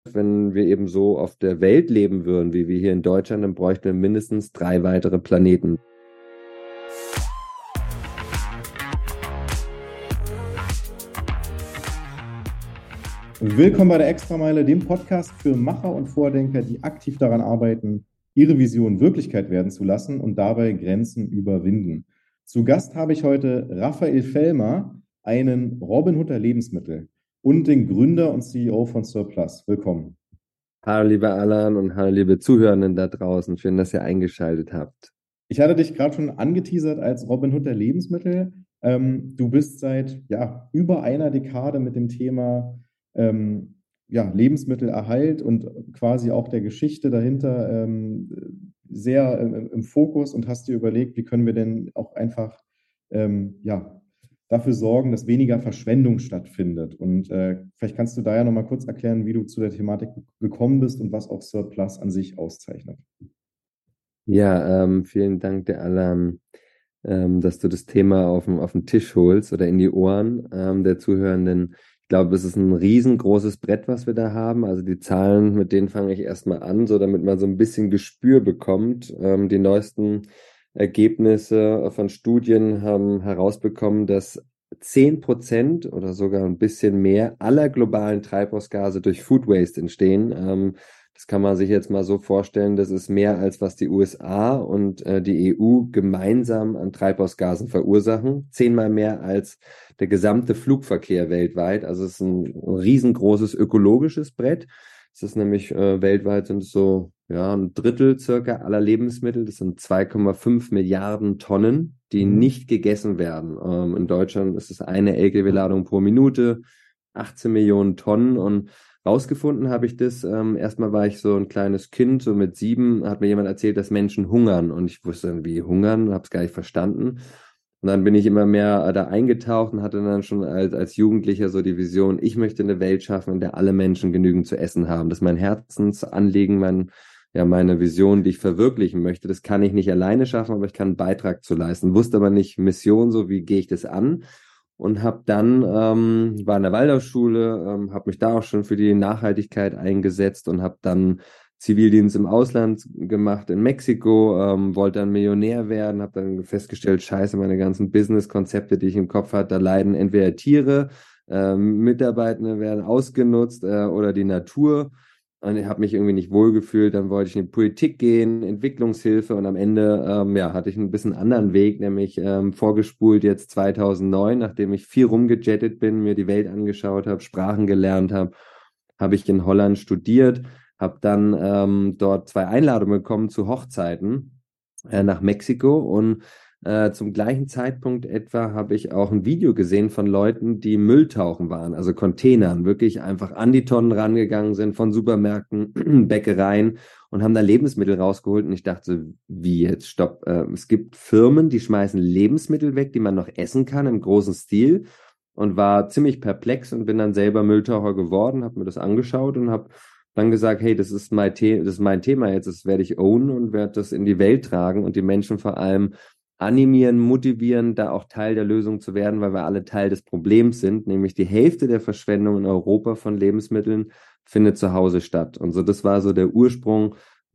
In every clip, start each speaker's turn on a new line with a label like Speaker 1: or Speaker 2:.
Speaker 1: Wenn wir eben so auf der Welt leben würden, wie wir hier in Deutschland, dann bräuchten wir mindestens 3 weitere Planeten.
Speaker 2: Willkommen bei der Extrameile, dem Podcast für Macher und Vordenker, die aktiv daran arbeiten, ihre Vision Wirklichkeit werden zu lassen und dabei Grenzen überwinden. Zu Gast habe ich heute Raphael Fellmer, einen Robin Hood der Lebensmittel und den Gründer und CEO von Surplus. Willkommen.
Speaker 1: Hallo lieber Alan und hallo liebe Zuhörenden da draußen. Schön, dass ihr eingeschaltet habt.
Speaker 2: Ich hatte dich gerade schon angeteasert als Robin Hood der Lebensmittel. Du bist seit über einer Dekade mit dem Thema Lebensmittelerhalt und quasi auch der Geschichte dahinter sehr im Fokus und hast dir überlegt, wie können wir denn auch einfach dafür sorgen, dass weniger Verschwendung stattfindet. Und vielleicht kannst du da ja nochmal kurz erklären, wie du zu der Thematik gekommen bist und was auch Surplus an sich auszeichnet.
Speaker 1: Ja, vielen Dank der Alan, dass du das Thema auf den Tisch holst oder in die Ohren der Zuhörenden. Ich glaube, es ist ein riesengroßes Brett, was wir da haben. Also die Zahlen, mit denen fange ich erstmal an, so damit man so ein bisschen Gespür bekommt. Die neuesten Ergebnisse von Studien haben herausbekommen, dass 10% oder sogar ein bisschen mehr aller globalen Treibhausgase durch Food Waste entstehen. Das kann man sich jetzt mal so vorstellen, das ist mehr als was die USA und die EU gemeinsam an Treibhausgasen verursachen. 10-mal mehr als der gesamte Flugverkehr weltweit. Also es ist ein riesengroßes ökologisches Brett. Es ist nämlich weltweit sind es so ein Drittel circa aller Lebensmittel. Das sind 2,5 Milliarden Tonnen, die nicht gegessen werden. In Deutschland ist es eine LKW-Ladung pro Minute, 18 Millionen Tonnen. Und rausgefunden habe ich das. Erstmal war ich so ein kleines Kind, so mit 7, hat mir jemand erzählt, dass Menschen hungern. Und ich wusste dann, wie hungern, habe es gar nicht verstanden. Und dann bin ich immer mehr da eingetaucht und hatte dann schon als Jugendlicher so die Vision, ich möchte eine Welt schaffen, in der alle Menschen genügend zu essen haben. Das ist mein Herzensanliegen, meine Vision, die ich verwirklichen möchte. Das kann ich nicht alleine schaffen, aber ich kann einen Beitrag zu leisten. Wusste aber nicht Mission, so wie gehe ich das an? Und habe dann, war in der Waldorfschule, habe mich da auch schon für die Nachhaltigkeit eingesetzt und habe dann Zivildienst im Ausland gemacht in Mexiko, wollte dann Millionär werden, habe dann festgestellt, scheiße, meine ganzen Business-Konzepte, die ich im Kopf hatte, da leiden entweder Tiere, Mitarbeitende werden ausgenutzt oder die Natur. Und ich habe mich irgendwie nicht wohlgefühlt, dann wollte ich in die Politik gehen, Entwicklungshilfe und am Ende hatte ich ein bisschen anderen Weg, nämlich vorgespult jetzt 2009, nachdem ich viel rumgejettet bin, mir die Welt angeschaut habe, Sprachen gelernt habe ich in Holland studiert, habe dann dort 2 Einladungen bekommen zu Hochzeiten nach Mexiko und zum gleichen Zeitpunkt etwa habe ich auch ein Video gesehen von Leuten, die Mülltauchen waren, also Containern, wirklich einfach an die Tonnen rangegangen sind von Supermärkten, Bäckereien und haben da Lebensmittel rausgeholt und ich dachte, wie jetzt, stopp, es gibt Firmen, die schmeißen Lebensmittel weg, die man noch essen kann im großen Stil und war ziemlich perplex und bin dann selber Mülltaucher geworden, habe mir das angeschaut und habe dann gesagt, hey, das ist mein Thema jetzt, das werde ich ownen und werde das in die Welt tragen und die Menschen vor allem animieren, motivieren, da auch Teil der Lösung zu werden, weil wir alle Teil des Problems sind, nämlich die Hälfte der Verschwendung in Europa von Lebensmitteln findet zu Hause statt. Und so, das war so der Ursprung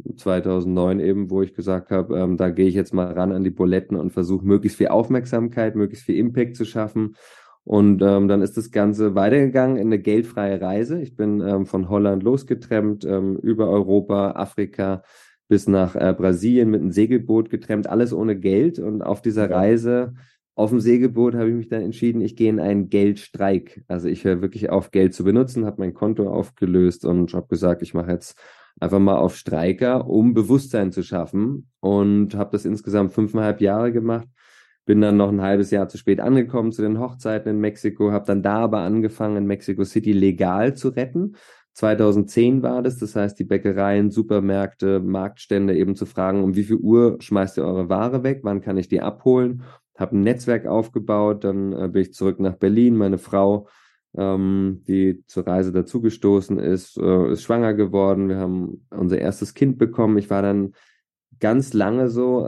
Speaker 1: 2009 eben, wo ich gesagt habe, da gehe ich jetzt mal ran an die Buletten und versuche möglichst viel Aufmerksamkeit, möglichst viel Impact zu schaffen. Und dann ist das Ganze weitergegangen in eine geldfreie Reise. Ich bin von Holland losgetrennt, über Europa, Afrika, bis nach Brasilien mit einem Segelboot getrennt, alles ohne Geld. Und auf dieser Reise auf dem Segelboot habe ich mich dann entschieden, ich gehe in einen Geldstreik. Also ich höre wirklich auf, Geld zu benutzen, habe mein Konto aufgelöst und habe gesagt, ich mache jetzt einfach mal auf Streiker, um Bewusstsein zu schaffen. Und habe das insgesamt 5,5 Jahre gemacht. Bin dann noch ein halbes Jahr zu spät angekommen zu den Hochzeiten in Mexiko, habe dann da aber angefangen, in Mexico City legal zu retten. 2010 war das heißt, die Bäckereien, Supermärkte, Marktstände eben zu fragen, um wie viel Uhr schmeißt ihr eure Ware weg, wann kann ich die abholen? Habe ein Netzwerk aufgebaut, dann bin ich zurück nach Berlin. Meine Frau, die zur Reise dazugestoßen ist, ist schwanger geworden. Wir haben unser erstes Kind bekommen. Ich war dann ganz lange so,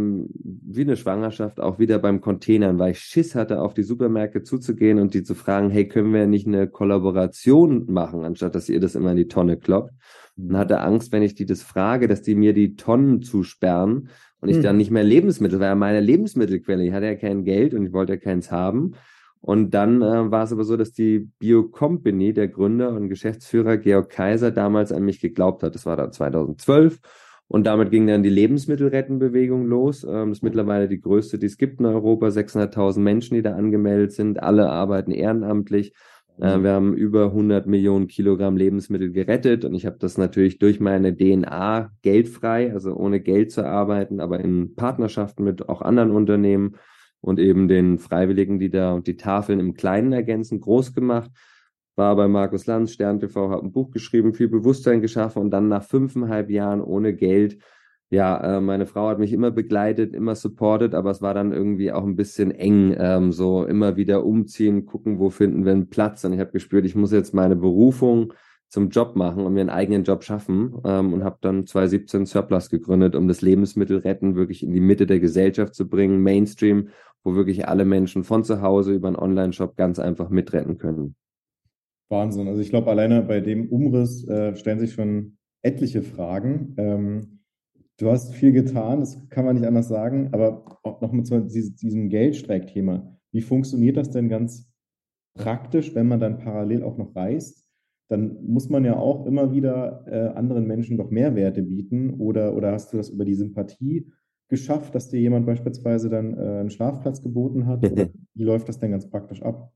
Speaker 1: wie eine Schwangerschaft, auch wieder beim Containern, weil ich Schiss hatte, auf die Supermärkte zuzugehen und die zu fragen, hey, können wir nicht eine Kollaboration machen, anstatt dass ihr das immer in die Tonne kloppt. Und
Speaker 2: Mhm.
Speaker 1: hatte Angst, wenn ich die das frage, dass die mir die Tonnen zusperren und ich dann
Speaker 2: Hm.
Speaker 1: nicht mehr Lebensmittel, weil ja meine Lebensmittelquelle, ich hatte ja kein Geld und ich wollte ja keins haben. Und dann war es aber so, dass die Bio Company, der Gründer und Geschäftsführer Georg Kaiser, damals an mich geglaubt hat. Das war dann 2012. Und damit ging dann die Lebensmittelrettenbewegung los. Das ist mittlerweile die größte, die es gibt in Europa. 600.000 Menschen, die da angemeldet sind. Alle arbeiten ehrenamtlich.
Speaker 2: Wahnsinn.
Speaker 1: Wir haben über 100 Millionen Kilogramm Lebensmittel gerettet. Und ich habe das natürlich durch meine DNA geldfrei, also ohne Geld zu arbeiten, aber in Partnerschaften mit auch anderen Unternehmen und eben den Freiwilligen, die da die Tafeln im Kleinen ergänzen, groß gemacht. War bei Markus Lanz, Stern TV, habe ein Buch geschrieben, viel Bewusstsein geschaffen und dann nach 5,5 Jahren ohne Geld, ja, meine Frau hat mich immer begleitet, immer supportet, aber es war dann irgendwie auch ein bisschen eng, so immer wieder umziehen, gucken, wo finden wir einen Platz. Und ich habe gespürt, ich muss jetzt meine Berufung zum Job machen und mir einen eigenen Job schaffen, und habe dann 2017 Surplus gegründet, um das Lebensmittelretten wirklich in die Mitte der Gesellschaft zu bringen, Mainstream, wo wirklich alle Menschen von zu Hause über einen Online-Shop ganz einfach mitretten können.
Speaker 2: Wahnsinn. Also ich glaube, alleine bei dem Umriss stellen sich schon etliche Fragen. Du hast viel getan, das kann man nicht anders sagen, aber auch noch mit so diesem Geldstreikthema. Wie funktioniert das denn ganz praktisch, wenn man dann parallel auch noch reist? Dann muss man ja auch immer wieder anderen Menschen doch Mehrwerte bieten. Oder hast du das über die Sympathie geschafft, dass dir jemand beispielsweise dann einen Schlafplatz geboten hat? Oder wie läuft das denn ganz praktisch ab?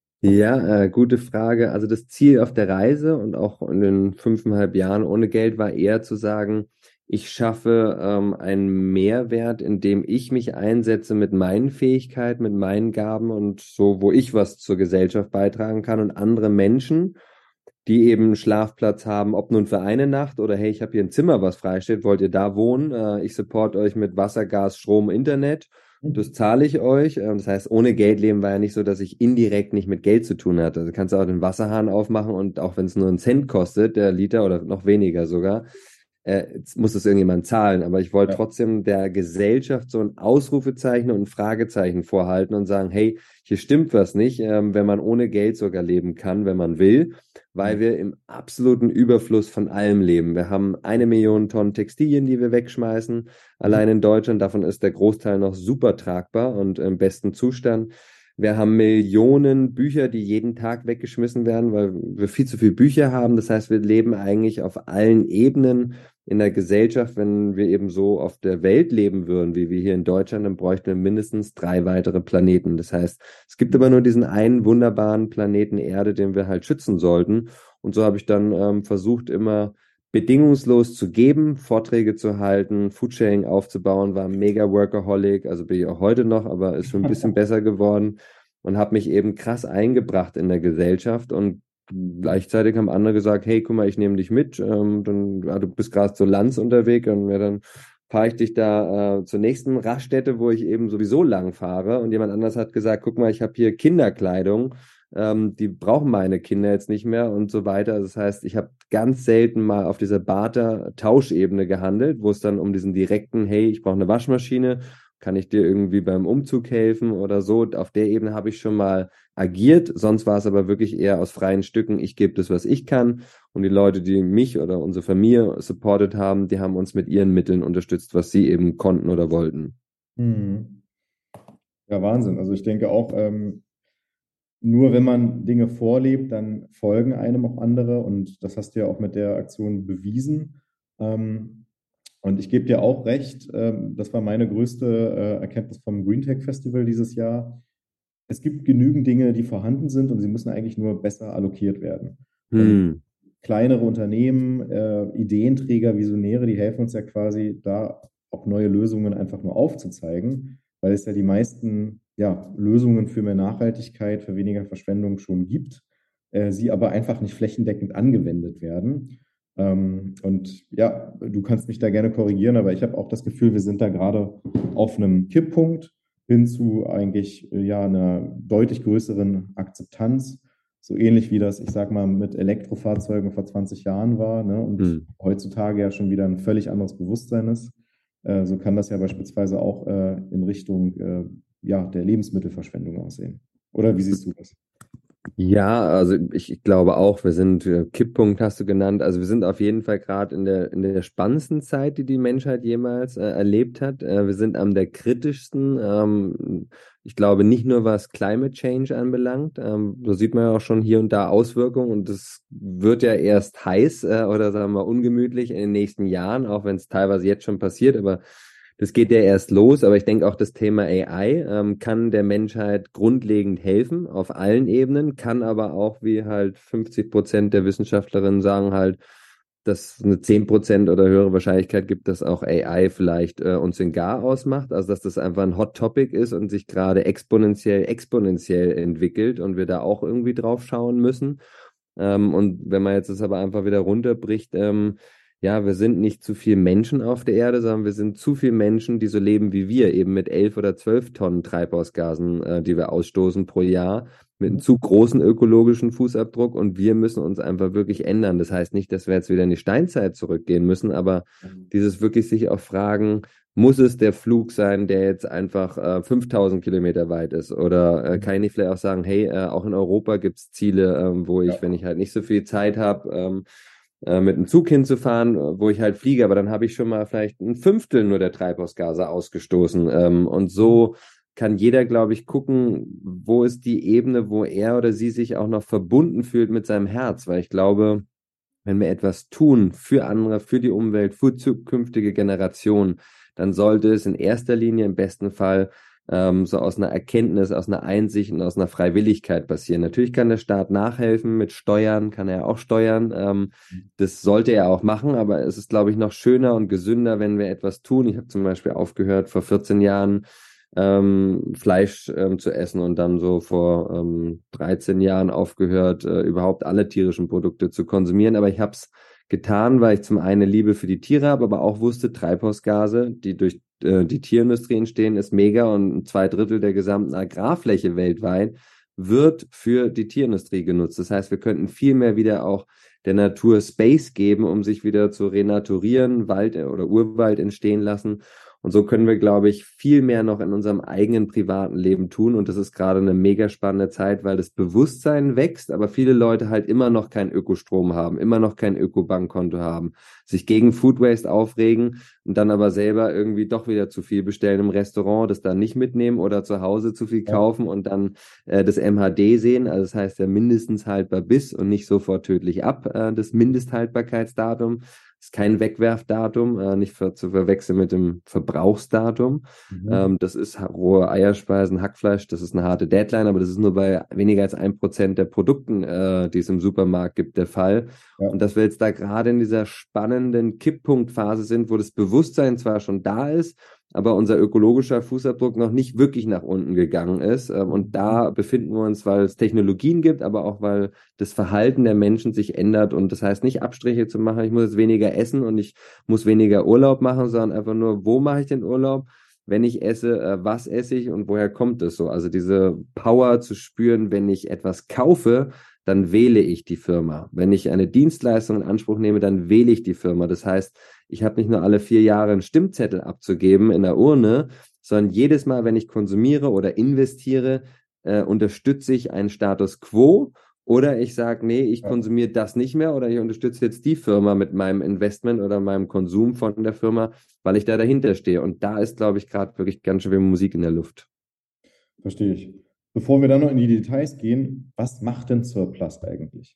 Speaker 1: Ja, gute Frage. Also das Ziel auf der Reise und auch in den 5,5 Jahren ohne Geld war eher zu sagen, ich schaffe einen Mehrwert, indem ich mich einsetze mit meinen Fähigkeiten, mit meinen Gaben und so, wo ich was zur Gesellschaft beitragen kann und andere Menschen, die eben einen Schlafplatz haben, ob nun für eine Nacht oder hey, ich habe hier ein Zimmer, was frei steht, wollt ihr da wohnen? Ich support euch mit Wasser, Gas, Strom, Internet. Das zahle ich euch. Das heißt, ohne Geld leben war ja nicht so, dass ich indirekt nicht mit Geld zu tun hatte. Also kannst du auch den Wasserhahn aufmachen und auch wenn es nur einen Cent kostet, der Liter oder noch weniger sogar, jetzt muss es irgendjemand zahlen. Aber ich wollte
Speaker 2: Ja.
Speaker 1: trotzdem der Gesellschaft so ein Ausrufezeichen und ein Fragezeichen vorhalten und sagen, hey, hier stimmt was nicht, wenn man ohne Geld sogar leben kann, wenn man will, weil wir im absoluten Überfluss von allem leben. Wir haben 1 Million Tonnen Textilien, die wir wegschmeißen. Allein in Deutschland, davon ist der Großteil noch super tragbar und im besten Zustand. Wir haben Millionen Bücher, die jeden Tag weggeschmissen werden, weil wir viel zu viele Bücher haben. Das heißt, wir leben eigentlich auf allen Ebenen in der Gesellschaft. Wenn wir eben so auf der Welt leben würden, wie wir hier in Deutschland, dann bräuchten wir mindestens 3 weitere Planeten. Das heißt, es gibt aber nur diesen einen wunderbaren Planeten Erde, den wir halt schützen sollten. Und so habe ich dann versucht, immer bedingungslos zu geben, Vorträge zu halten, Foodsharing aufzubauen, war mega Workaholic, also bin ich auch heute noch, aber ist schon ein bisschen besser geworden und habe mich eben krass eingebracht in der Gesellschaft und gleichzeitig haben andere gesagt, hey, guck mal, ich nehme dich mit, dann, ja, du bist gerade zur Lanz unterwegs und ja, dann fahre ich dich da zur nächsten Raststätte, wo ich eben sowieso lang fahre und jemand anders hat gesagt, guck mal, ich habe hier Kinderkleidung, die brauchen meine Kinder jetzt nicht mehr und so weiter. Also das heißt, ich habe ganz selten mal auf dieser Barter-Tauschebene gehandelt, wo es dann um diesen direkten, hey, ich brauche eine Waschmaschine, kann ich dir irgendwie beim Umzug helfen oder so. Auf der Ebene habe ich schon mal agiert, sonst war es aber wirklich eher aus freien Stücken, ich gebe das, was ich kann und die Leute, die mich oder unsere Familie supportet haben, die haben uns mit ihren Mitteln unterstützt, was sie eben konnten oder wollten.
Speaker 2: Mhm. Ja, Wahnsinn. Also ich denke auch, nur wenn man Dinge vorlebt, dann folgen einem auch andere. Und das hast du ja auch mit der Aktion bewiesen. Ähm, und ich gebe dir auch recht, das war meine größte Erkenntnis vom Green Tech Festival dieses Jahr. Es gibt genügend Dinge, die vorhanden sind und sie müssen eigentlich nur besser allokiert werden. Und
Speaker 1: Hm.
Speaker 2: kleinere Unternehmen, Ideenträger, Visionäre, die helfen uns ja quasi, da auch neue Lösungen einfach nur aufzuzeigen, weil es ja die meisten ja, Lösungen für mehr Nachhaltigkeit, für weniger Verschwendung schon gibt, sie aber einfach nicht flächendeckend angewendet werden. Und ja, du kannst mich da gerne korrigieren, aber ich habe auch das Gefühl, wir sind da gerade auf einem Kipppunkt hin zu eigentlich ja einer deutlich größeren Akzeptanz. So ähnlich wie das, ich sag mal, mit Elektrofahrzeugen vor 20 Jahren war, ne? Und
Speaker 1: Hm.
Speaker 2: heutzutage ja schon wieder ein völlig anderes Bewusstsein ist. So kann das ja beispielsweise auch in Richtung ja, der Lebensmittelverschwendung aussehen. Oder wie siehst du das?
Speaker 1: Ja, also ich glaube auch, wir sind, Kipppunkt hast du genannt, also wir sind auf jeden Fall gerade in der spannendsten Zeit, die die Menschheit jemals erlebt hat. Wir sind am der kritischsten, ich glaube nicht nur was Climate Change anbelangt, so sieht man ja auch schon hier und da Auswirkungen und es wird ja erst heiß oder sagen wir ungemütlich in den nächsten Jahren, auch wenn es teilweise jetzt schon passiert, aber das geht ja erst los, aber ich denke auch das Thema AI kann der Menschheit grundlegend helfen auf allen Ebenen, kann aber auch, wie halt 50% der Wissenschaftlerinnen sagen, halt, dass es eine 10% oder höhere Wahrscheinlichkeit gibt, dass auch AI vielleicht uns den Gar ausmacht, also dass das einfach ein Hot Topic ist und sich gerade exponentiell entwickelt und wir da auch irgendwie drauf schauen müssen. Und wenn man jetzt das aber einfach wieder runterbricht, ja, wir sind nicht zu viel Menschen auf der Erde, sondern wir sind zu viel Menschen, die so leben wie wir, eben mit 11 oder 12 Tonnen Treibhausgasen, die wir ausstoßen pro Jahr, mit einem zu großen ökologischen Fußabdruck und wir müssen uns einfach wirklich ändern. Das heißt nicht, dass wir jetzt wieder in die Steinzeit zurückgehen müssen, aber dieses wirklich sich auch fragen, muss es der Flug sein, der jetzt einfach 5000 Kilometer weit ist? Oder kann ich nicht vielleicht auch sagen, hey, auch in Europa gibt es Ziele, wo ich, wenn ich halt nicht so viel Zeit habe, mit einem Zug hinzufahren, wo ich halt fliege, aber dann habe ich schon mal vielleicht ein Fünftel nur der Treibhausgase ausgestoßen. Und so kann jeder, glaube ich, gucken, wo ist die Ebene, wo er oder sie sich auch noch verbunden fühlt mit seinem Herz, weil ich glaube, wenn wir etwas tun für andere, für die Umwelt, für zukünftige Generationen, dann sollte es in erster Linie im besten Fall so aus einer Erkenntnis, aus einer Einsicht und aus einer Freiwilligkeit passieren. Natürlich kann der Staat nachhelfen mit Steuern, kann er auch steuern. Das sollte er auch machen, aber es ist, glaube ich, noch schöner und gesünder, wenn wir etwas tun. Ich habe zum Beispiel aufgehört, vor 14 Jahren Fleisch zu essen und dann so vor 13 Jahren aufgehört, überhaupt alle tierischen Produkte zu konsumieren. Aber ich habe es getan, weil ich zum einen Liebe für die Tiere habe, aber auch wusste, Treibhausgase, die durch die Tierindustrie entstehen, ist mega und 2/3 der gesamten Agrarfläche weltweit wird für die Tierindustrie genutzt. Das heißt, wir könnten viel mehr wieder auch der Natur Space geben, um sich wieder zu renaturieren, Wald oder Urwald entstehen lassen. Und so können wir, glaube ich, viel mehr noch in unserem eigenen privaten Leben tun. Und das ist gerade eine mega spannende Zeit, weil das Bewusstsein wächst, aber viele Leute halt immer noch keinen Ökostrom haben, immer noch kein Ökobankkonto haben, sich gegen Food Waste aufregen und dann aber selber irgendwie doch wieder zu viel bestellen im Restaurant, das dann nicht mitnehmen oder zu Hause zu viel kaufen und dann das MHD sehen. Also das heißt ja mindestens haltbar bis und nicht sofort tödlich ab, das Mindesthaltbarkeitsdatum. Ist kein Wegwerfdatum, nicht zu verwechseln mit dem Verbrauchsdatum. Das ist rohe Eierspeisen, Hackfleisch, das ist eine harte Deadline, aber das ist nur bei weniger als 1% der Produkten, die es im Supermarkt gibt, der Fall.
Speaker 2: Ja.
Speaker 1: Und dass wir jetzt da gerade in dieser spannenden Kipppunktphase sind, wo das Bewusstsein zwar schon da ist, aber unser ökologischer Fußabdruck noch nicht wirklich nach unten gegangen ist. Und da befinden wir uns, weil es Technologien gibt, aber auch weil das Verhalten der Menschen sich ändert. Und das heißt nicht Abstriche zu machen, ich muss jetzt weniger essen und ich muss weniger Urlaub machen, sondern einfach nur, wo mache ich den Urlaub? Wenn ich esse, was esse ich und woher kommt es so? Also diese Power zu spüren, wenn ich etwas kaufe, dann wähle ich die Firma. Wenn ich eine Dienstleistung in Anspruch nehme, dann wähle ich die Firma. Das heißt, ich habe nicht nur alle 4 Jahre einen Stimmzettel abzugeben in der Urne, sondern jedes Mal, wenn ich konsumiere oder investiere, unterstütze ich einen Status quo oder ich sage, nee, ich konsumiere das nicht mehr oder ich unterstütze jetzt die Firma mit meinem Investment oder meinem Konsum von der Firma, weil ich da dahinter stehe. Und da ist, glaube ich, gerade wirklich ganz schön viel Musik in der Luft.
Speaker 2: Verstehe ich. Bevor wir dann noch in die Details gehen, was macht denn Surplus eigentlich?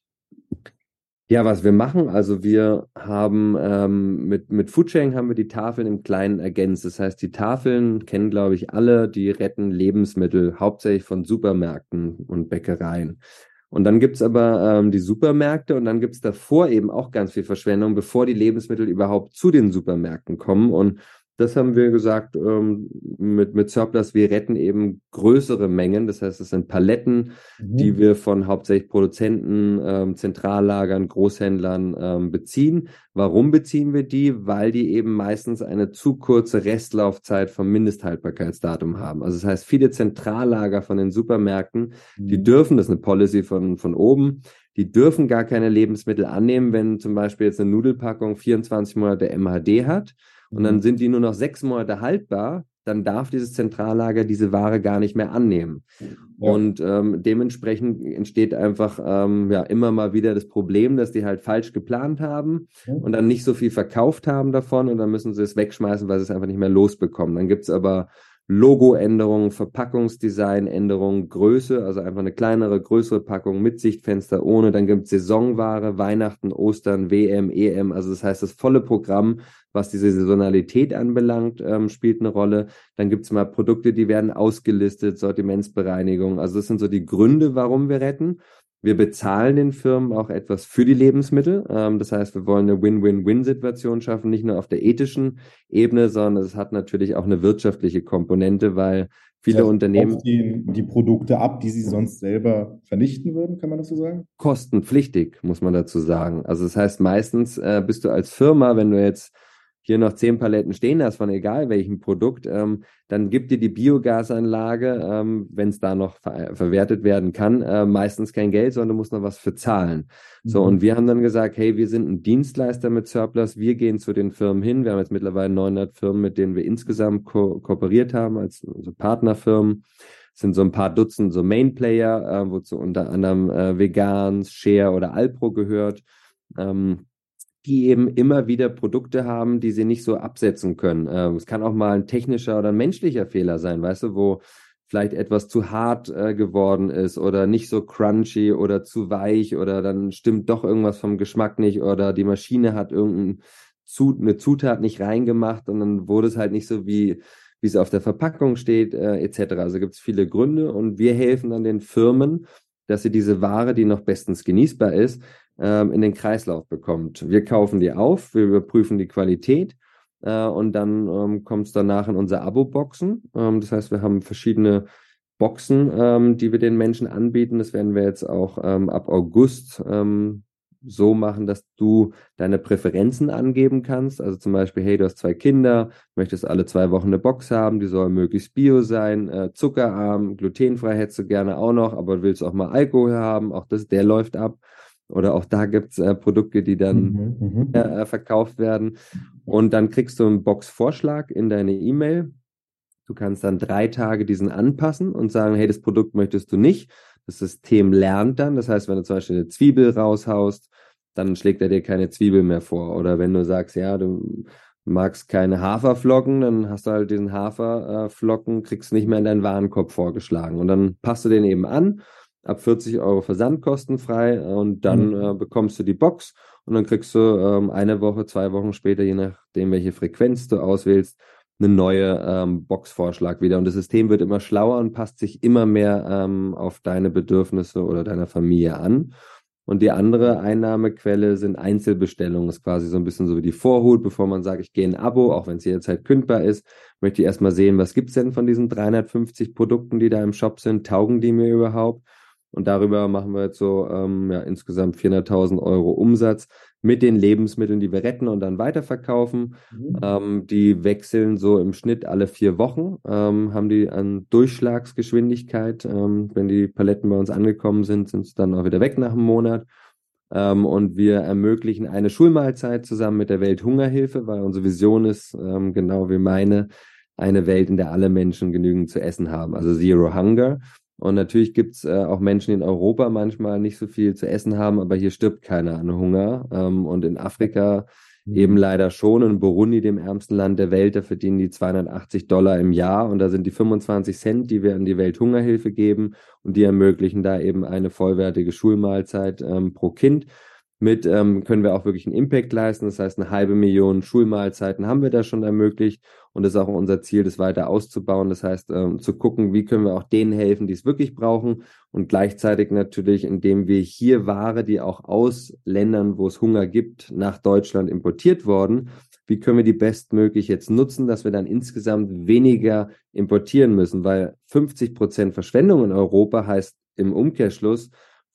Speaker 1: Ja, was wir machen, also wir haben mit Foodsharing haben wir die Tafeln im Kleinen ergänzt. Das heißt, die Tafeln kennen, glaube ich, alle, die retten Lebensmittel, hauptsächlich von Supermärkten und Bäckereien. Und dann gibt's aber die Supermärkte und dann gibt's davor eben auch ganz viel Verschwendung, bevor die Lebensmittel überhaupt zu den Supermärkten kommen. Und das haben wir gesagt, mit Surplus, wir retten eben größere Mengen. Das heißt, es sind Paletten, die wir von hauptsächlich Produzenten, Zentrallagern, Großhändlern beziehen. Warum beziehen wir die? Weil die eben meistens eine zu kurze Restlaufzeit vom Mindesthaltbarkeitsdatum haben. Also das heißt, viele Zentrallager von den Supermärkten, die dürfen, das ist eine Policy von oben, die dürfen gar keine Lebensmittel annehmen, wenn zum Beispiel jetzt eine Nudelpackung 24 Monate MHD hat. und dann sind die nur noch 6 Monate haltbar, dann darf dieses Zentrallager diese Ware gar nicht mehr annehmen.
Speaker 2: Ja.
Speaker 1: Und dementsprechend entsteht einfach ja immer mal wieder das Problem, dass die halt falsch geplant haben und dann nicht so viel verkauft haben davon und dann müssen sie es wegschmeißen, weil sie es einfach nicht mehr losbekommen. Dann gibt es aber Logoänderungen, Verpackungsdesignänderungen, Größe, also einfach eine kleinere, größere Packung mit Sichtfenster ohne. Dann gibt es Saisonware, Weihnachten, Ostern, WM, EM. Also das heißt, das volle Programm, was diese Saisonalität anbelangt, spielt eine Rolle. Dann gibt es mal Produkte, die werden ausgelistet, Sortimentsbereinigung. Also das sind so die Gründe, warum wir retten. Wir bezahlen den Firmen auch etwas für die Lebensmittel. Das heißt, wir wollen eine Win-Win-Win-Situation schaffen, nicht nur auf der ethischen Ebene, sondern es hat natürlich auch eine wirtschaftliche Komponente, weil viele
Speaker 2: Das heißt,
Speaker 1: Unternehmen
Speaker 2: die Produkte ab, die sie sonst selber vernichten würden, kann man das so sagen?
Speaker 1: kostenpflichtig, muss man dazu sagen. Also das heißt, meistens bist du als Firma, wenn du jetzt hier noch 10 Paletten stehen hast von egal welchem Produkt, dann gibt dir die Biogasanlage, wenn es da noch verwertet werden kann, meistens kein Geld, sondern du musst noch was für zahlen. So, und wir haben dann gesagt, hey, wir sind ein Dienstleister mit Surplus, wir gehen zu den Firmen hin. Wir haben jetzt mittlerweile 900 Firmen, mit denen wir insgesamt kooperiert haben, als also Partnerfirmen. Es sind so ein paar Dutzend so Main-Player, wozu unter anderem Vegans, Share oder Alpro gehört. Die eben immer wieder Produkte haben, die sie nicht so absetzen können. Es kann auch mal ein technischer oder ein menschlicher Fehler sein, weißt du, wo vielleicht etwas zu hart geworden ist oder nicht so crunchy oder zu weich oder dann stimmt doch irgendwas vom Geschmack nicht oder die Maschine hat eine Zutat nicht reingemacht und dann wurde es halt nicht so, wie es auf der Verpackung steht, etc. Also gibt es viele Gründe und wir helfen dann den Firmen, dass sie diese Ware, die noch bestens genießbar ist, in den Kreislauf bekommt. Wir kaufen die auf, wir überprüfen die Qualität und dann kommt es danach in unsere Abo-Boxen. Das heißt, wir haben verschiedene Boxen, die wir den Menschen anbieten. Das werden wir jetzt auch ab August so machen, dass du deine Präferenzen angeben kannst. Also zum Beispiel, hey, du hast 2 Kinder, möchtest alle 2 Wochen eine Box haben, die soll möglichst bio sein, zuckerarm, glutenfrei hättest du gerne auch noch, aber willst auch mal Alkohol haben, auch der läuft ab. Oder auch da gibt es Produkte, die dann verkauft werden. Und dann kriegst du einen Boxvorschlag in deine E-Mail. Du kannst dann 3 Tage diesen anpassen und sagen, hey, das Produkt möchtest du nicht. Das System lernt dann. Das heißt, wenn du zum Beispiel eine Zwiebel raushaust, dann schlägt er dir keine Zwiebel mehr vor. Oder wenn du sagst, ja, du magst keine Haferflocken, dann hast du halt diesen Haferflocken, kriegst nicht mehr in deinen Warenkorb vorgeschlagen. Und dann passt du den eben an. Ab 40 Euro Versand kostenfrei und dann bekommst du die Box und dann kriegst du 1 Woche, 2 Wochen später, je nachdem, welche Frequenz du auswählst, eine neue Boxvorschlag wieder. Und das System wird immer schlauer und passt sich immer mehr auf deine Bedürfnisse oder deiner Familie an. Und die andere Einnahmequelle sind Einzelbestellungen. Das ist quasi so ein bisschen so wie die Vorhut, bevor man sagt, ich gehe in ein Abo, auch wenn es jederzeit kündbar ist, möchte ich erstmal sehen, was gibt's denn von diesen 350 Produkten, die da im Shop sind, taugen die mir überhaupt? Und darüber machen wir jetzt so insgesamt 400.000 Euro Umsatz mit den Lebensmitteln, die wir retten und dann weiterverkaufen. Die wechseln so im Schnitt alle 4 Wochen, haben die an Durchschlagsgeschwindigkeit. Wenn die Paletten bei uns angekommen sind, sind es dann auch wieder weg nach einem Monat. Und wir ermöglichen eine Schulmahlzeit zusammen mit der Welthungerhilfe, weil unsere Vision ist, genau wie meine, eine Welt, in der alle Menschen genügend zu essen haben, also Zero Hunger. Und natürlich gibt es auch Menschen in Europa manchmal nicht so viel zu essen haben, aber hier stirbt keiner an Hunger. Und in Afrika eben leider schon. In Burundi, dem ärmsten Land der Welt, da verdienen die $280 im Jahr. Und da sind die 25 Cent, die wir an die Welthungerhilfe geben. Und die ermöglichen da eben eine vollwertige Schulmahlzeit pro Kind. Mit können wir auch wirklich einen Impact leisten. Das heißt, 500.000 Schulmahlzeiten haben wir da schon ermöglicht. Und das ist auch unser Ziel, das weiter auszubauen. Das heißt, zu gucken, wie können wir auch denen helfen, die es wirklich brauchen. Und gleichzeitig natürlich, indem wir hier Ware, die auch aus Ländern, wo es Hunger gibt, nach Deutschland importiert worden, wie können wir die bestmöglich jetzt nutzen, dass wir dann insgesamt weniger importieren müssen. Weil 50% Verschwendung in Europa heißt im Umkehrschluss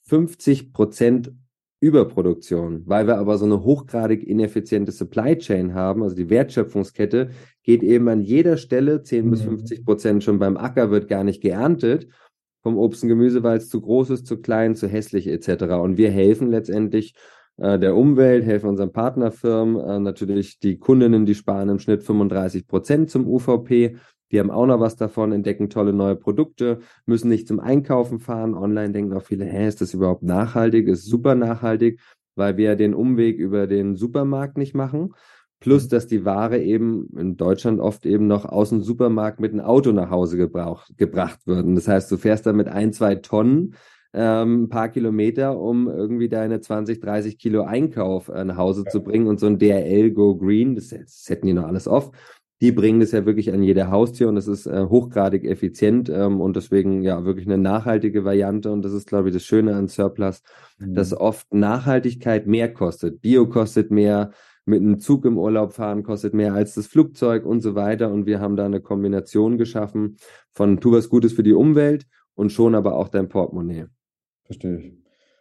Speaker 1: 50% Überproduktion, weil wir aber so eine hochgradig ineffiziente Supply Chain haben, also die Wertschöpfungskette geht eben an jeder Stelle, 10-50% schon beim Acker wird gar nicht geerntet vom Obst und Gemüse, weil es zu groß ist, zu klein, zu hässlich etc. Und wir helfen letztendlich der Umwelt, helfen unseren Partnerfirmen, natürlich die Kundinnen, die sparen im Schnitt 35% zum UVP. Die haben auch noch was davon, entdecken tolle neue Produkte, müssen nicht zum Einkaufen fahren. Online denken auch viele, ist das überhaupt nachhaltig? Ist super nachhaltig, weil wir den Umweg über den Supermarkt nicht machen. Plus, dass die Ware eben in Deutschland oft eben noch aus dem Supermarkt mit einem Auto nach Hause gebracht wird. Und das heißt, du fährst da mit 1, 2 Tonnen ein paar Kilometer, um irgendwie deine 20, 30 Kilo Einkauf nach Hause zu bringen. Und so ein DHL Go Green, das hätten die noch alles off. Die bringen das ja wirklich an jede Haustür und es ist hochgradig effizient und deswegen ja wirklich eine nachhaltige Variante. Und das ist, glaube ich, das Schöne an Surplus, dass oft Nachhaltigkeit mehr kostet. Bio kostet mehr, mit einem Zug im Urlaub fahren kostet mehr als das Flugzeug und so weiter. Und wir haben da eine Kombination geschaffen von tu was Gutes für die Umwelt und schon aber auch dein Portemonnaie.
Speaker 2: Verstehe ich.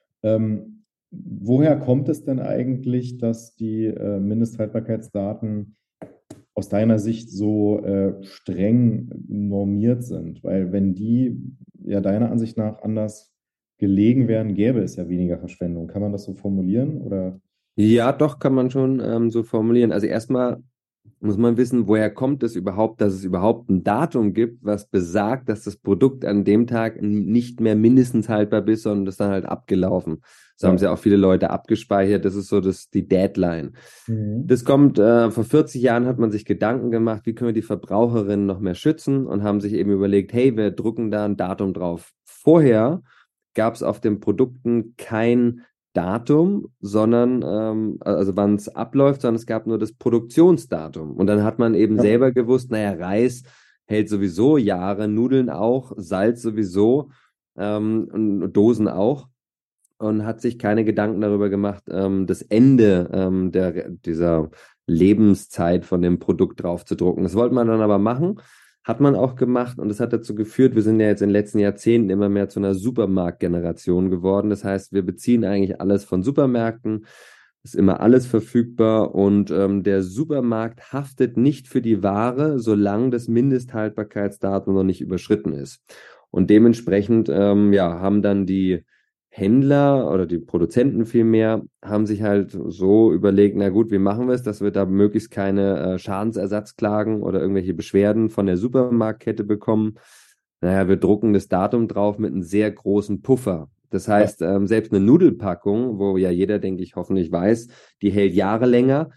Speaker 2: Woher kommt es denn eigentlich, dass die Mindesthaltbarkeitsdaten aus deiner Sicht so streng normiert sind? Weil wenn die ja deiner Ansicht nach anders gelegen wären, gäbe es ja weniger Verschwendung. Kann man das so formulieren? Oder?
Speaker 1: Ja, doch, kann man schon so formulieren. Also erstmal muss man wissen, woher kommt es überhaupt, dass es überhaupt ein Datum gibt, was besagt, dass das Produkt an dem Tag nicht mehr mindestens haltbar ist, sondern das ist dann halt abgelaufen. So haben es ja auch viele Leute abgespeichert. Das ist so die Deadline. Das kommt, vor 40 Jahren hat man sich Gedanken gemacht, wie können wir die Verbraucherinnen noch mehr schützen und haben sich eben überlegt, hey, wir drucken da ein Datum drauf. Vorher gab es auf den Produkten kein Datum, sondern also wann es abläuft, sondern es gab nur das Produktionsdatum. Und dann hat man eben selber gewusst, naja, Reis hält sowieso Jahre, Nudeln auch, Salz sowieso und Dosen auch. Und hat sich keine Gedanken darüber gemacht, das Ende dieser Lebenszeit von dem Produkt drauf zu drucken. Das wollte man dann aber machen, hat man auch gemacht und das hat dazu geführt, wir sind ja jetzt in den letzten Jahrzehnten immer mehr zu einer Supermarktgeneration geworden. Das heißt, wir beziehen eigentlich alles von Supermärkten, ist immer alles verfügbar und der Supermarkt haftet nicht für die Ware, solange das Mindesthaltbarkeitsdatum noch nicht überschritten ist. Und dementsprechend haben dann die Händler oder die Produzenten vielmehr haben sich halt so überlegt, na gut, wie machen wir es, dass wir da möglichst keine Schadensersatzklagen oder irgendwelche Beschwerden von der Supermarktkette bekommen. Naja, wir drucken das Datum drauf mit einem sehr großen Puffer. Das heißt, selbst eine Nudelpackung, wo ja jeder, denke ich, hoffentlich weiß, die hält Jahre länger,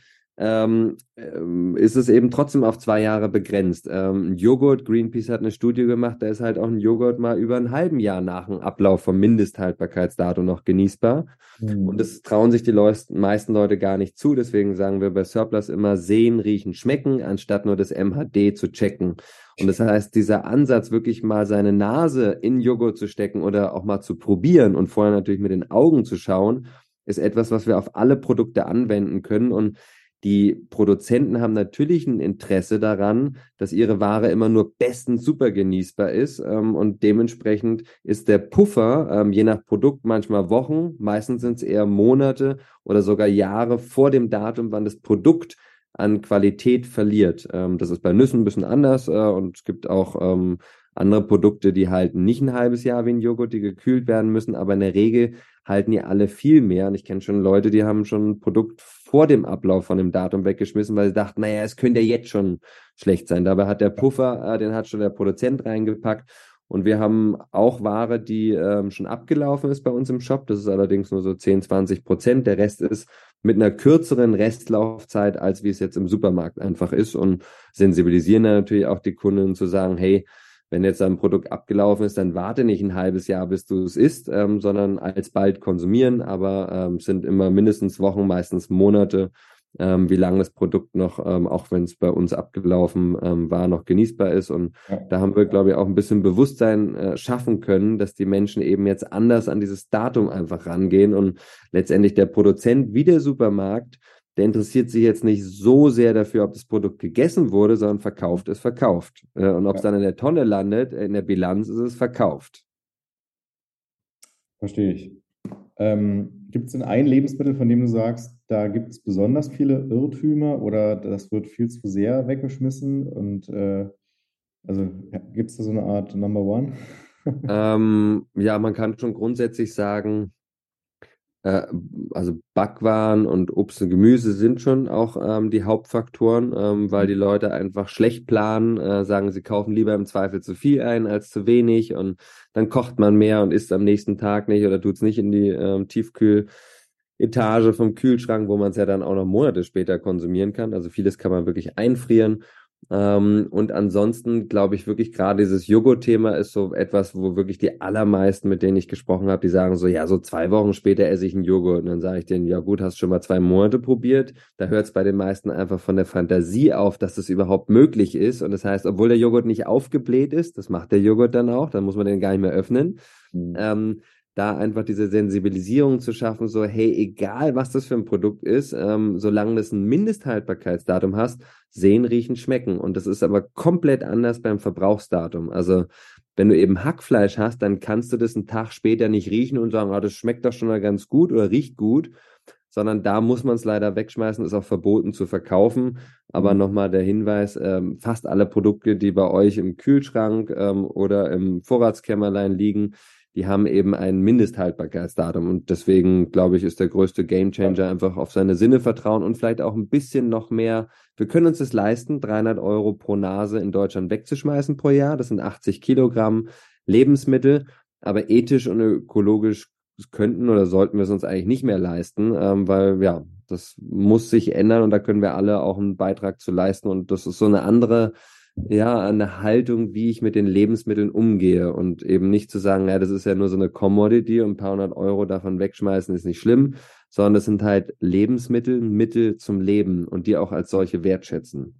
Speaker 1: ist es eben trotzdem auf 2 Jahre begrenzt. Ein Joghurt, Greenpeace hat eine Studie gemacht, da ist halt auch ein Joghurt mal über ein halben Jahr nach dem Ablauf vom Mindesthaltbarkeitsdatum noch genießbar. Und das trauen sich die meisten Leute gar nicht zu. Deswegen sagen wir bei Surplus immer sehen, riechen, schmecken, anstatt nur das MHD zu checken. Und das heißt, dieser Ansatz, wirklich mal seine Nase in Joghurt zu stecken oder auch mal zu probieren und vorher natürlich mit den Augen zu schauen, ist etwas, was wir auf alle Produkte anwenden können. Und die Produzenten haben natürlich ein Interesse daran, dass ihre Ware immer nur bestens super genießbar ist. Und dementsprechend ist der Puffer, je nach Produkt, manchmal Wochen, meistens sind es eher Monate oder sogar Jahre vor dem Datum, wann das Produkt an Qualität verliert. Das ist bei Nüssen ein bisschen anders und es gibt auch andere Produkte, die halten nicht ein halbes Jahr wie ein Joghurt, die gekühlt werden müssen, aber in der Regel halten die alle viel mehr. Und ich kenne schon Leute, die haben schon ein Produkt vor dem Ablauf von dem Datum weggeschmissen, weil sie dachten, naja, es könnte ja jetzt schon schlecht sein. Dabei hat der Puffer, den hat schon der Produzent reingepackt. Und wir haben auch Ware, die schon abgelaufen ist bei uns im Shop. Das ist allerdings nur so 10, 20%. Der Rest ist mit einer kürzeren Restlaufzeit, als wie es jetzt im Supermarkt einfach ist. Und sensibilisieren dann natürlich auch die Kunden zu sagen, hey, wenn jetzt ein Produkt abgelaufen ist, dann warte nicht ein halbes Jahr, bis du es isst, sondern alsbald konsumieren. Aber sind immer mindestens Wochen, meistens Monate, wie lange das Produkt noch, auch wenn es bei uns abgelaufen war, noch genießbar ist. Und da haben wir, glaube ich, auch ein bisschen Bewusstsein schaffen können, dass die Menschen eben jetzt anders an dieses Datum einfach rangehen. Und letztendlich der Produzent wie der Supermarkt, der interessiert sich jetzt nicht so sehr dafür, ob das Produkt gegessen wurde, sondern verkauft ist verkauft. Und ob es dann in der Tonne landet, in der Bilanz ist es verkauft.
Speaker 2: Verstehe ich. Gibt es denn ein Lebensmittel, von dem du sagst, da gibt es besonders viele Irrtümer oder das wird viel zu sehr weggeschmissen? Und also gibt es da so eine Art Number One?
Speaker 1: Ja, man kann schon grundsätzlich sagen, Äh, also Backwaren und Obst und Gemüse sind schon auch die Hauptfaktoren, weil die Leute einfach schlecht planen, sagen, sie kaufen lieber im Zweifel zu viel ein als zu wenig und dann kocht man mehr und isst am nächsten Tag nicht oder tut es nicht in die Tiefkühletage vom Kühlschrank, wo man es ja dann auch noch Monate später konsumieren kann. Also vieles kann man wirklich einfrieren. Und ansonsten glaube ich wirklich gerade dieses Joghurt-Thema ist so etwas, wo wirklich die allermeisten, mit denen ich gesprochen habe, die sagen so, ja, so 2 Wochen später esse ich einen Joghurt. Und dann sage ich denen, ja gut, hast schon mal 2 Monate probiert. Da hört es bei den meisten einfach von der Fantasie auf, dass das überhaupt möglich ist. Und das heißt, obwohl der Joghurt nicht aufgebläht ist, das macht der Joghurt dann auch, dann muss man den gar nicht mehr öffnen.
Speaker 2: Mhm.
Speaker 1: Da einfach diese Sensibilisierung zu schaffen, so, hey, egal was das für ein Produkt ist, solange das ein Mindesthaltbarkeitsdatum hast, sehen, riechen, schmecken. Und das ist aber komplett anders beim Verbrauchsdatum. Also, wenn du eben Hackfleisch hast, dann kannst du das einen Tag später nicht riechen und sagen, ah, das schmeckt doch schon mal ganz gut oder riecht gut, sondern da muss man es leider wegschmeißen, ist auch verboten zu verkaufen. Aber
Speaker 2: Mhm.
Speaker 1: nochmal der Hinweis, fast alle Produkte, die bei euch im Kühlschrank oder im Vorratskämmerlein liegen, die haben eben ein Mindesthaltbarkeitsdatum. Und deswegen, glaube ich, ist der größte Gamechanger einfach auf seine Sinne vertrauen und vielleicht auch ein bisschen noch mehr. Wir können uns das leisten, 300 Euro pro Nase in Deutschland wegzuschmeißen pro Jahr. Das sind 80 Kilogramm Lebensmittel. Aber ethisch und ökologisch könnten oder sollten wir es uns eigentlich nicht mehr leisten, weil ja, das muss sich ändern und da können wir alle auch einen Beitrag zu leisten. Und das ist so eine andere, ja, eine Haltung, wie ich mit den Lebensmitteln umgehe und eben nicht zu sagen, ja, das ist ja nur so eine Commodity und ein paar hundert Euro davon wegschmeißen ist nicht schlimm, sondern das sind halt Lebensmittel, Mittel zum Leben und die auch als solche wertschätzen.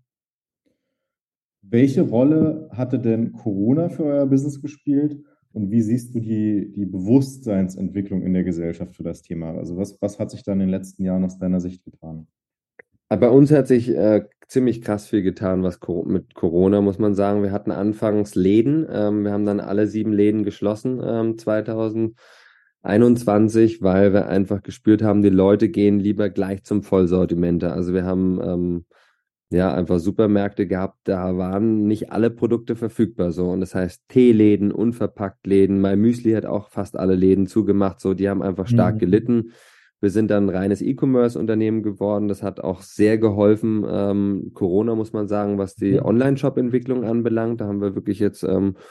Speaker 2: Welche Rolle hatte denn Corona für euer Business gespielt und wie siehst du die Bewusstseinsentwicklung in der Gesellschaft für das Thema? Also was hat sich da in den letzten Jahren aus deiner Sicht getan?
Speaker 1: Aber bei uns hat sich ziemlich krass viel getan, mit Corona, muss man sagen. Wir hatten anfangs Läden. Wir haben dann alle 7 Läden geschlossen 2021, weil wir einfach gespürt haben, die Leute gehen lieber gleich zum Vollsortimenter. Also wir haben ja einfach Supermärkte gehabt, da waren nicht alle Produkte verfügbar so. Und das heißt Teeläden, Unverpacktläden, My Müsli hat auch fast alle Läden zugemacht, so die haben einfach stark
Speaker 2: Mhm.
Speaker 1: gelitten. Wir sind dann ein reines E-Commerce-Unternehmen geworden. Das hat auch sehr geholfen. Corona, muss man sagen, was die
Speaker 2: Mhm.
Speaker 1: Online-Shop-Entwicklung anbelangt. Da haben wir wirklich jetzt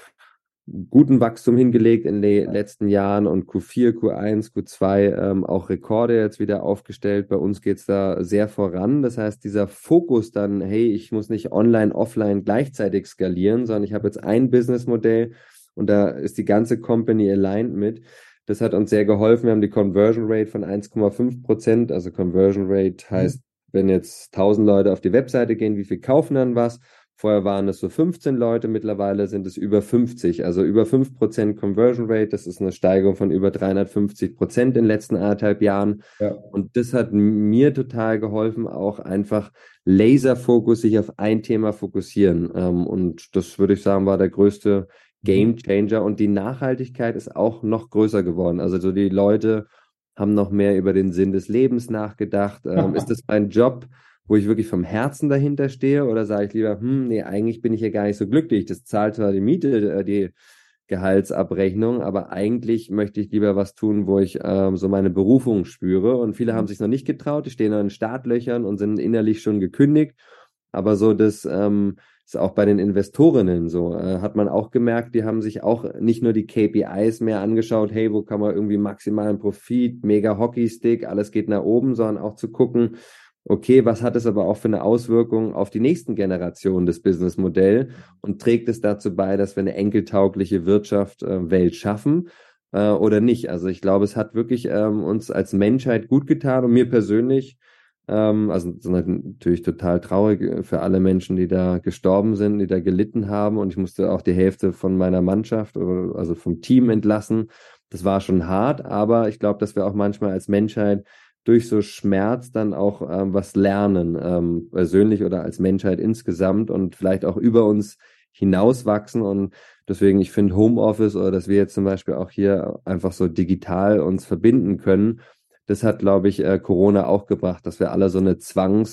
Speaker 1: guten Wachstum hingelegt in den letzten Jahren und Q4, Q1, Q2 auch Rekorde jetzt wieder aufgestellt. Bei uns geht's da sehr voran. Das heißt, dieser Fokus dann, hey, ich muss nicht online, offline gleichzeitig skalieren, sondern ich habe jetzt ein Businessmodell und da ist die ganze Company aligned mit. Das hat uns sehr geholfen. Wir haben die Conversion Rate von 1,5%. Also Conversion Rate heißt, wenn jetzt 1.000 Leute auf die Webseite gehen, wie viel kaufen dann was? Vorher waren es so 15 Leute, mittlerweile sind es über 50, also über 5% Conversion Rate. Das ist eine Steigerung von über 350% in den letzten 1,5 Jahren.
Speaker 2: Ja.
Speaker 1: Und das hat mir total geholfen, auch einfach Laserfokus, sich auf ein Thema fokussieren. Und das würde ich sagen, war der größte
Speaker 2: Mhm.
Speaker 1: Game Changer. Und die Nachhaltigkeit ist auch noch größer geworden. Also so die Leute haben noch mehr über den Sinn des Lebens nachgedacht. Ist das mein Job, wo ich wirklich vom Herzen dahinter stehe, oder sage ich lieber, nee, eigentlich bin ich hier gar nicht so glücklich. Das zahlt zwar die Miete, die Gehaltsabrechnung, aber eigentlich möchte ich lieber was tun, wo ich so meine Berufung spüre. Und viele haben sich noch nicht getraut, die stehen noch in Startlöchern und sind innerlich schon gekündigt. Aber so das ist auch bei den Investorinnen so. Hat man auch gemerkt, die haben sich auch nicht nur die KPIs mehr angeschaut, hey, wo kann man irgendwie maximalen Profit, mega Hockeystick, alles geht nach oben, sondern auch zu gucken, okay, was hat es aber auch für eine Auswirkung auf die nächsten Generationen des Businessmodells und trägt es dazu bei, dass wir eine enkeltaugliche Wirtschaft, Welt schaffen oder nicht? Also ich glaube, es hat wirklich uns als Menschheit gut getan und mir persönlich, also es ist natürlich total traurig für alle Menschen, die da gestorben sind, die da gelitten haben und ich musste auch die Hälfte von meiner Mannschaft, also vom Team entlassen. Das war schon hart, aber ich glaube, dass wir auch manchmal als Menschheit durch so Schmerz dann auch was lernen, persönlich oder als Menschheit insgesamt und vielleicht auch über uns hinauswachsen. Und deswegen, ich finde Homeoffice oder dass wir jetzt zum Beispiel auch hier einfach so digital uns verbinden können, das hat, glaube ich, Corona auch gebracht, dass wir alle so eine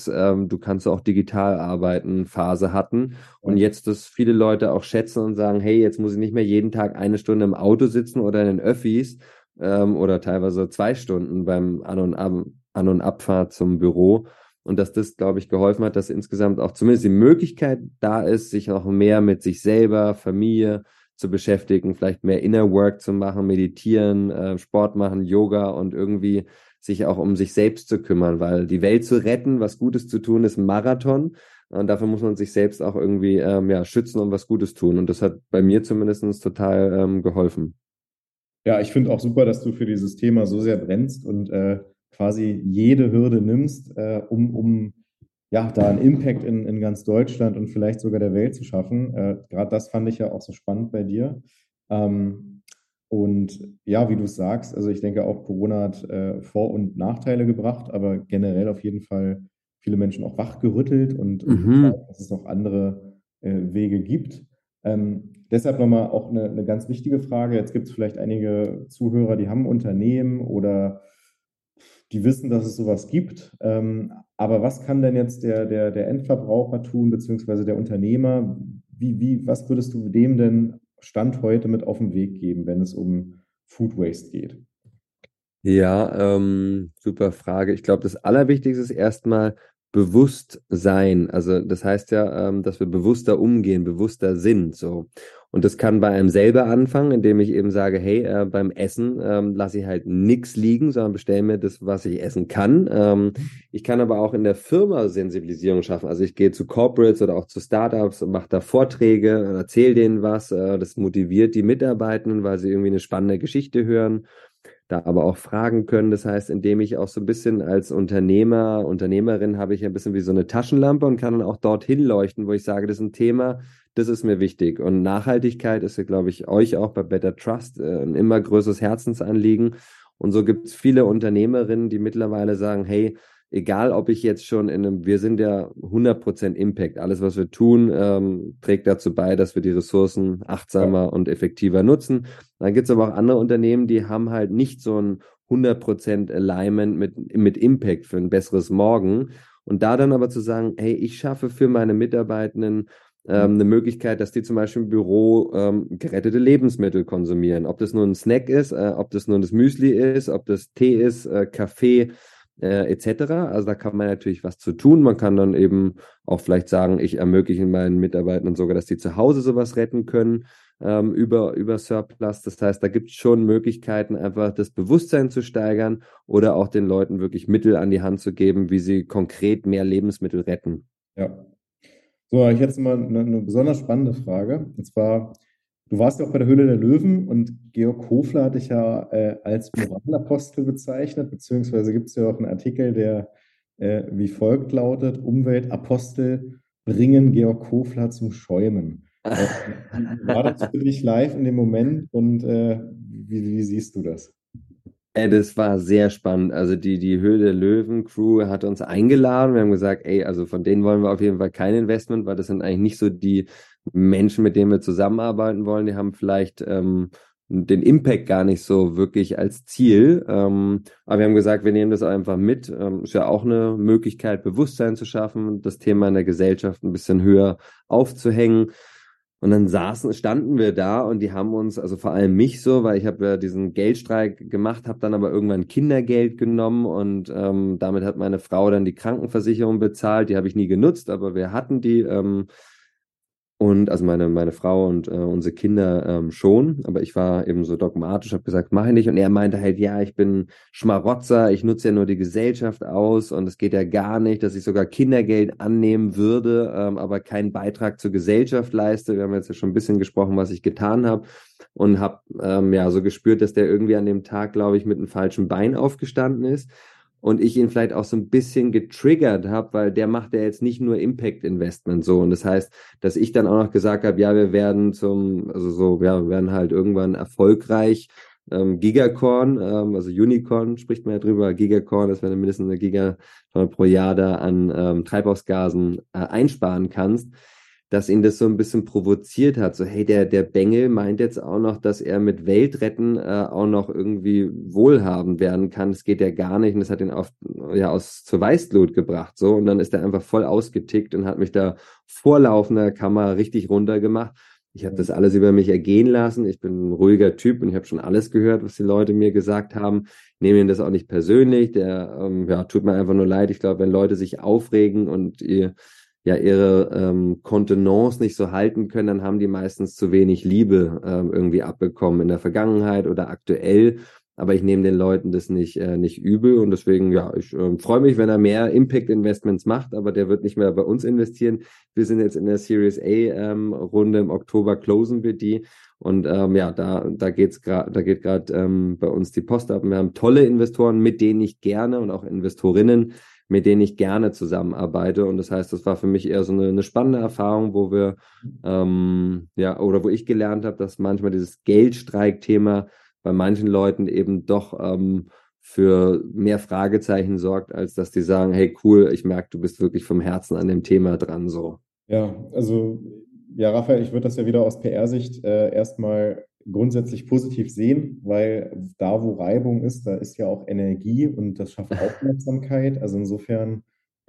Speaker 1: du kannst auch digital arbeiten, Phase hatten. Und
Speaker 2: Ja.
Speaker 1: jetzt, dass viele Leute auch schätzen und sagen, hey, jetzt muss ich nicht mehr jeden Tag eine Stunde im Auto sitzen oder in den Öffis, oder teilweise 2 Stunden beim An- und Abfahrt zum Büro. Und dass das, glaube ich, geholfen hat, dass insgesamt auch zumindest die Möglichkeit da ist, sich noch mehr mit sich selber, Familie zu beschäftigen, vielleicht mehr Inner Work zu machen, meditieren, Sport machen, Yoga und irgendwie sich auch um sich selbst zu kümmern, weil die Welt zu retten, was Gutes zu tun, ist ein Marathon. Und dafür muss man sich selbst auch irgendwie schützen und was Gutes tun. Und das hat bei mir zumindest total geholfen.
Speaker 2: Ja, ich finde auch super, dass du für dieses Thema so sehr brennst und quasi jede Hürde nimmst, um ja, da einen Impact in ganz Deutschland und vielleicht sogar der Welt zu schaffen. Gerade das fand ich ja auch so spannend bei dir. Ähm, und ja, wie du es sagst, also ich denke auch, Corona hat Vor- und Nachteile gebracht, aber generell auf jeden Fall viele Menschen auch wachgerüttelt und
Speaker 1: Mhm.
Speaker 2: gezeigt, dass es noch andere Wege gibt. Deshalb nochmal auch eine ganz wichtige Frage. Jetzt gibt es vielleicht einige Zuhörer, die haben ein Unternehmen oder die wissen, dass es sowas gibt. Aber was kann denn jetzt der Endverbraucher tun, beziehungsweise der Unternehmer? Was würdest du dem denn Stand heute mit auf den Weg geben, wenn es um Food Waste geht?
Speaker 1: Ja, super Frage. Ich glaube, das Allerwichtigste ist erstmal Bewusstsein. Also das heißt ja, dass wir bewusster umgehen, bewusster sind. So. Und das kann bei einem selber anfangen, indem ich eben sage, hey, beim Essen lasse ich halt nichts liegen, sondern bestelle mir das, was ich essen kann. Ich kann aber auch in der Firma Sensibilisierung schaffen. Also ich gehe zu Corporates oder auch zu Startups und mache da Vorträge und erzähle denen was. Das motiviert die Mitarbeitenden, weil sie irgendwie eine spannende Geschichte hören, da aber auch fragen können. Das heißt, indem ich auch so ein bisschen als Unternehmer, Unternehmerin habe ich ein bisschen wie so eine Taschenlampe und kann dann auch dorthin leuchten, wo ich sage, das ist ein Thema, das ist mir wichtig. Und Nachhaltigkeit ist ja, glaube ich, euch auch bei Better Trust ein immer größeres Herzensanliegen. Und so gibt es viele Unternehmerinnen, die mittlerweile sagen, hey, egal ob ich jetzt schon wir sind ja 100% Impact. Alles, was wir tun, trägt dazu bei, dass wir die Ressourcen
Speaker 2: Ja,
Speaker 1: achtsamer und effektiver nutzen. Dann gibt es aber auch andere Unternehmen, die haben halt nicht so ein 100% Alignment mit Impact für ein besseres Morgen. Und da dann aber zu sagen, hey, ich schaffe für meine Mitarbeitenden eine Möglichkeit, dass die zum Beispiel im Büro gerettete Lebensmittel konsumieren. Ob das nur ein Snack ist, ob das nur das Müsli ist, ob das Tee ist, Kaffee, etc. Also da kann man natürlich was zu tun. Man kann dann eben auch vielleicht sagen, ich ermögliche meinen Mitarbeitern sogar, dass die zu Hause sowas retten können über Surplus. Das heißt, da gibt es schon Möglichkeiten, einfach das Bewusstsein zu steigern oder auch den Leuten wirklich Mittel an die Hand zu geben, wie sie konkret mehr Lebensmittel retten.
Speaker 2: ja. So, ich jetzt mal eine besonders spannende Frage. Und zwar, du warst ja auch bei der Höhle der Löwen und Georg Hofler hat dich ja als Moralapostel bezeichnet, beziehungsweise gibt es ja auch einen Artikel, der wie folgt lautet: Umweltapostel bringen Georg Hofler zum Schäumen. Wie war das für dich live in dem Moment und wie siehst du das?
Speaker 1: Das war sehr spannend. Also die Höhle der Löwen-Crew hat uns eingeladen. Wir haben gesagt, ey, also von denen wollen wir auf jeden Fall kein Investment, weil das sind eigentlich nicht so die Menschen, mit denen wir zusammenarbeiten wollen. Die haben vielleicht den Impact gar nicht so wirklich als Ziel. Aber wir haben gesagt, wir nehmen das einfach mit. Ist ja auch eine Möglichkeit, Bewusstsein zu schaffen, das Thema in der Gesellschaft ein bisschen höher aufzuhängen. Und dann standen wir da und die haben uns, also vor allem mich so, weil ich habe ja diesen Geldstreik gemacht, habe dann aber irgendwann Kindergeld genommen und damit hat meine Frau dann die Krankenversicherung bezahlt. Die habe ich nie genutzt, aber wir hatten die. Und also meine Frau und unsere Kinder schon, aber ich war eben so dogmatisch, habe gesagt, mache ich nicht. Und er meinte halt, ja, ich bin Schmarotzer, ich nutze ja nur die Gesellschaft aus und es geht ja gar nicht, dass ich sogar Kindergeld annehmen würde, aber keinen Beitrag zur Gesellschaft leiste. Wir haben jetzt ja schon ein bisschen gesprochen, was ich getan habe und habe ja so gespürt, dass der irgendwie an dem Tag, glaube ich, mit einem falschen Bein aufgestanden ist. Und ich ihn vielleicht auch so ein bisschen getriggert habe, weil der macht ja jetzt nicht nur Impact-Investment so. Und das heißt, dass ich dann auch noch gesagt habe, ja, wir werden wir werden halt irgendwann erfolgreich Gigacorn, also Unicorn spricht man ja drüber, Gigacorn, dass wenn du mindestens eine Gigaton pro Jahr da an Treibhausgasen einsparen kannst, dass ihn das so ein bisschen provoziert hat. So, hey, der Bengel meint jetzt auch noch, dass er mit Weltretten auch noch irgendwie wohlhabend werden kann. Das geht ja gar nicht. Und das hat ihn zur Weißglut gebracht. So, und dann ist er einfach voll ausgetickt und hat mich da vor laufender Kamera richtig runtergemacht. Ich habe das alles über mich ergehen lassen. Ich bin ein ruhiger Typ und ich habe schon alles gehört, was die Leute mir gesagt haben. Nehme ihnen das auch nicht persönlich. Ja, tut mir einfach nur leid. Ich glaube, wenn Leute sich aufregen und ihre Kontenance nicht so halten können, dann haben die meistens zu wenig Liebe irgendwie abbekommen in der Vergangenheit oder aktuell. Aber ich nehme den Leuten das nicht übel und deswegen, ja, ich freue mich, wenn er mehr Impact-Investments macht, aber der wird nicht mehr bei uns investieren. Wir sind jetzt in der Series A Runde, im Oktober closen wir die und ja, da geht gerade bei uns die Post ab. Und wir haben tolle Investoren, mit denen ich gerne und auch Investorinnen, mit denen ich gerne zusammenarbeite. Und das heißt, das war für mich eher so eine spannende Erfahrung, wo wir ja, oder wo ich gelernt habe, dass manchmal dieses Geldstreik-Thema bei manchen Leuten eben doch für mehr Fragezeichen sorgt, als dass die sagen, hey cool, ich merke, du bist wirklich vom Herzen an dem Thema dran so.
Speaker 2: Ja, also ja, Raphael, ich würde das ja wieder aus PR-Sicht erstmal grundsätzlich positiv sehen, weil da, wo Reibung ist, da ist ja auch Energie und das schafft Aufmerksamkeit. Also insofern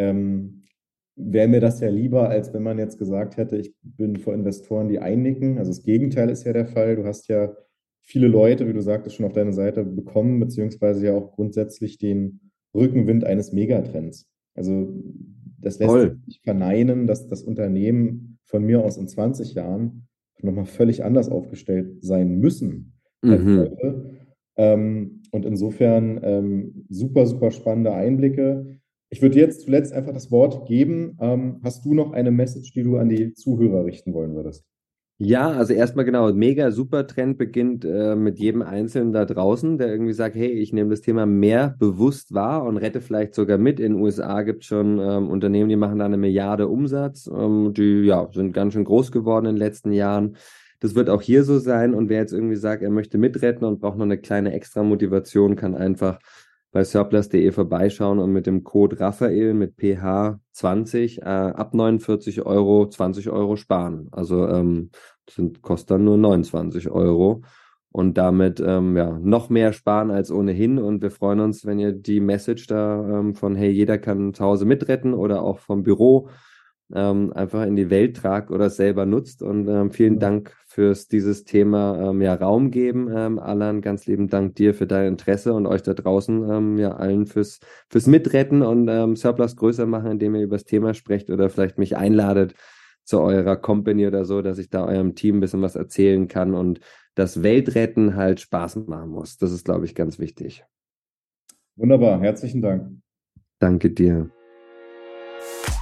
Speaker 2: wäre mir das ja lieber, als wenn man jetzt gesagt hätte, ich bin vor Investoren, die einnicken. Also das Gegenteil ist ja der Fall. Du hast ja viele Leute, wie du sagtest, schon auf deine Seite bekommen, beziehungsweise ja auch grundsätzlich den Rückenwind eines Megatrends. Also das lässt sich
Speaker 1: Toll.
Speaker 2: nicht verneinen, dass das Unternehmen von mir aus in 20 Jahren nochmal völlig anders aufgestellt sein müssen als
Speaker 1: Mhm.
Speaker 2: heute. Und insofern super, super spannende Einblicke. Ich würde jetzt zuletzt einfach das Wort geben. Hast du noch eine Message, die du an die Zuhörer richten wollen würdest?
Speaker 1: Ja, also erstmal genau, mega super Trend beginnt mit jedem Einzelnen da draußen, der irgendwie sagt, hey, ich nehme das Thema mehr bewusst wahr und rette vielleicht sogar mit. In den USA gibt es schon Unternehmen, die machen da 1 Milliarde Umsatz, die ja sind ganz schön groß geworden in den letzten Jahren. Das wird auch hier so sein und wer jetzt irgendwie sagt, er möchte mitretten und braucht noch eine kleine extra Motivation, kann einfach bei surplus.de vorbeischauen und mit dem Code Raphael mit PH 20 ab 49 Euro 20 Euro sparen. Also kostet dann nur 29 Euro und damit ja, noch mehr sparen als ohnehin. Und wir freuen uns, wenn ihr die Message da von hey, jeder kann zu Hause mitretten oder auch vom Büro einfach in die Welt tragt oder selber nutzt. Und vielen Dank fürs dieses Thema ja, Raum geben. Alan, ganz lieben Dank dir für dein Interesse und euch da draußen ja allen fürs Mitretten und Surplus größer machen, indem ihr über das Thema sprecht oder vielleicht mich einladet zu eurer Company oder so, dass ich da eurem Team ein bisschen was erzählen kann und das Weltretten halt Spaß machen muss. Das ist, glaube ich, ganz wichtig.
Speaker 2: Wunderbar, herzlichen Dank.
Speaker 1: Danke dir.